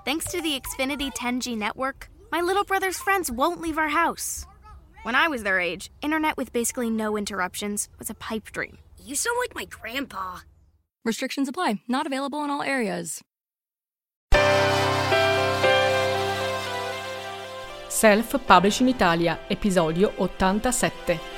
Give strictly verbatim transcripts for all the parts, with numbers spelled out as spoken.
Thanks to the Xfinity ten G network, my little brother's friends won't leave our house. When I was their age, internet with basically no interruptions was a pipe dream. You sound like my grandpa. Restrictions apply. Not available in all areas. Self Publishing Italia, episodio ottantasette.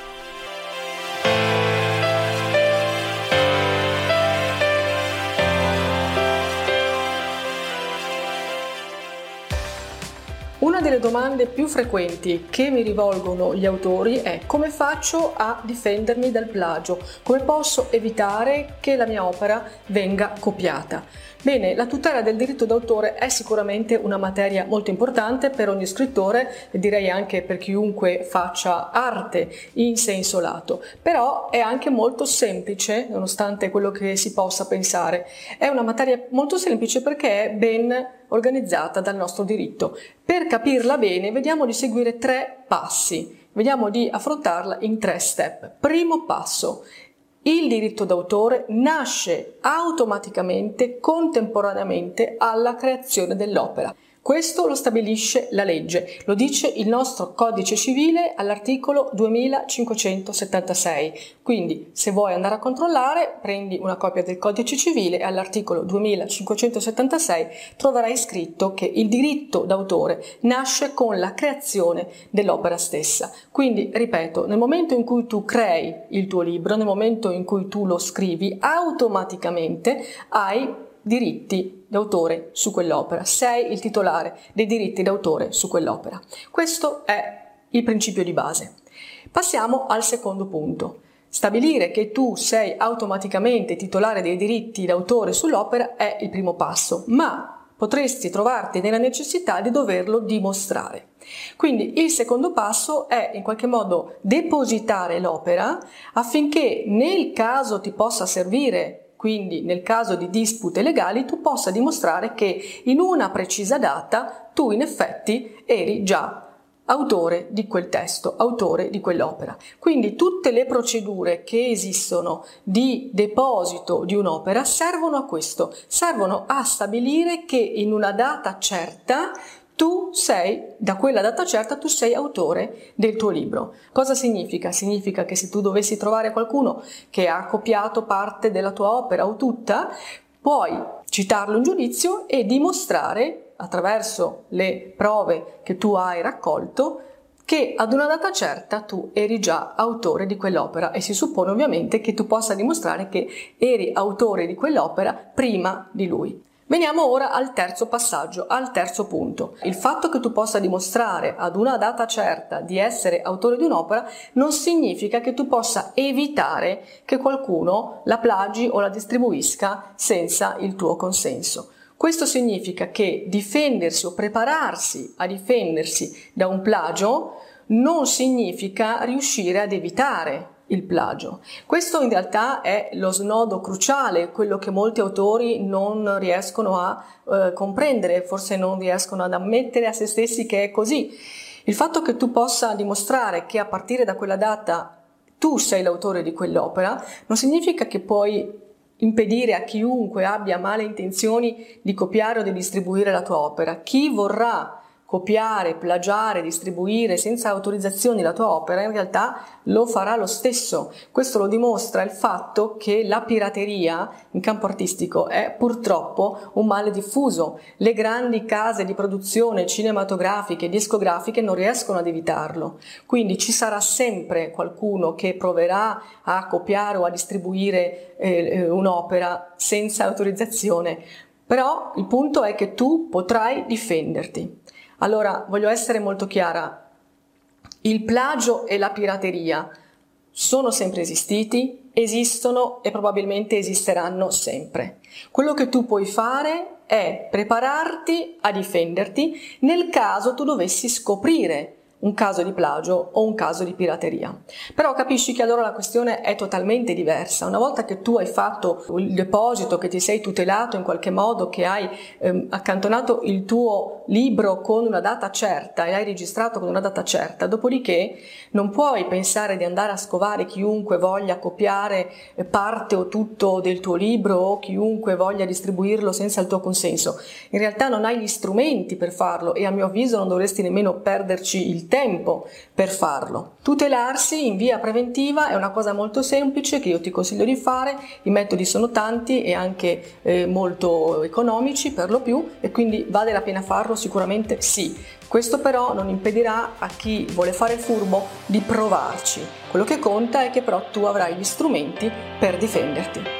Una delle domande più frequenti che mi rivolgono gli autori è: come faccio a difendermi dal plagio? Come posso evitare che la mia opera venga copiata? Bene, la tutela del diritto d'autore è sicuramente una materia molto importante per ogni scrittore e direi anche per chiunque faccia arte in senso lato, però è anche molto semplice, nonostante quello che si possa pensare. È una materia molto semplice perché è ben organizzata dal nostro diritto. Per capirla bene, vediamo di seguire tre passi, vediamo di affrontarla in tre step. Primo passo: il diritto d'autore nasce automaticamente, contemporaneamente alla creazione dell'opera. Questo lo stabilisce la legge, lo dice il nostro codice civile all'articolo duemilacinquecentosettantasei. Quindi, se vuoi andare a controllare, prendi una copia del codice civile e all'articolo duemilacinquecentosettantasei troverai scritto che il diritto d'autore nasce con la creazione dell'opera stessa. Quindi, ripeto, nel momento in cui tu crei il tuo libro, nel momento in cui tu lo scrivi, automaticamente hai diritti d'autore su quell'opera, sei il titolare dei diritti d'autore su quell'opera. Questo è il principio di base. Passiamo al secondo punto. Stabilire che tu sei automaticamente titolare dei diritti d'autore sull'opera è il primo passo, ma potresti trovarti nella necessità di doverlo dimostrare. Quindi il secondo passo è in qualche modo depositare l'opera affinché nel caso ti possa servire, quindi nel caso di dispute legali, tu possa dimostrare che in una precisa data tu in effetti eri già autore di quel testo, autore di quell'opera. Quindi tutte le procedure che esistono di deposito di un'opera servono a questo, servono a stabilire che in una data certa tu sei, da quella data certa, tu sei autore del tuo libro. Cosa significa? Significa che se tu dovessi trovare qualcuno che ha copiato parte della tua opera o tutta, puoi citarlo in giudizio e dimostrare, attraverso le prove che tu hai raccolto, che ad una data certa tu eri già autore di quell'opera, e si suppone ovviamente che tu possa dimostrare che eri autore di quell'opera prima di lui. Veniamo ora al terzo passaggio, al terzo punto. Il fatto che tu possa dimostrare ad una data certa di essere autore di un'opera non significa che tu possa evitare che qualcuno la plagi o la distribuisca senza il tuo consenso. Questo significa che difendersi o prepararsi a difendersi da un plagio non significa riuscire ad evitare il plagio. Questo in realtà è lo snodo cruciale, quello che molti autori non riescono a eh, comprendere, forse non riescono ad ammettere a se stessi che è così. Il fatto che tu possa dimostrare che a partire da quella data tu sei l'autore di quell'opera non significa che puoi impedire a chiunque abbia male intenzioni di copiare o di distribuire la tua opera. Chi vorrà copiare, plagiare, distribuire senza autorizzazioni la tua opera, in realtà lo farà lo stesso. Questo lo dimostra il fatto che la pirateria in campo artistico è purtroppo un male diffuso. Le grandi case di produzione cinematografiche e discografiche non riescono ad evitarlo. Quindi ci sarà sempre qualcuno che proverà a copiare o a distribuire eh, un'opera senza autorizzazione. Però il punto è che tu potrai difenderti. Allora, voglio essere molto chiara, il plagio e la pirateria sono sempre esistiti, esistono e probabilmente esisteranno sempre. Quello che tu puoi fare è prepararti a difenderti nel caso tu dovessi scoprire un caso di plagio o un caso di pirateria. Però capisci che allora la questione è totalmente diversa. Una volta che tu hai fatto il deposito, che ti sei tutelato in qualche modo, che hai ehm, accantonato il tuo libro con una data certa e hai registrato con una data certa, dopodiché non puoi pensare di andare a scovare chiunque voglia copiare parte o tutto del tuo libro o chiunque voglia distribuirlo senza il tuo consenso. In realtà non hai gli strumenti per farlo e a mio avviso non dovresti nemmeno perderci il tempo per farlo. Tutelarsi in via preventiva è una cosa molto semplice che io ti consiglio di fare. I metodi sono tanti e anche eh, molto economici per lo più, e quindi vale la pena farlo? Sicuramente sì. Questo però non impedirà a chi vuole fare il furbo di provarci. Quello che conta è che però tu avrai gli strumenti per difenderti.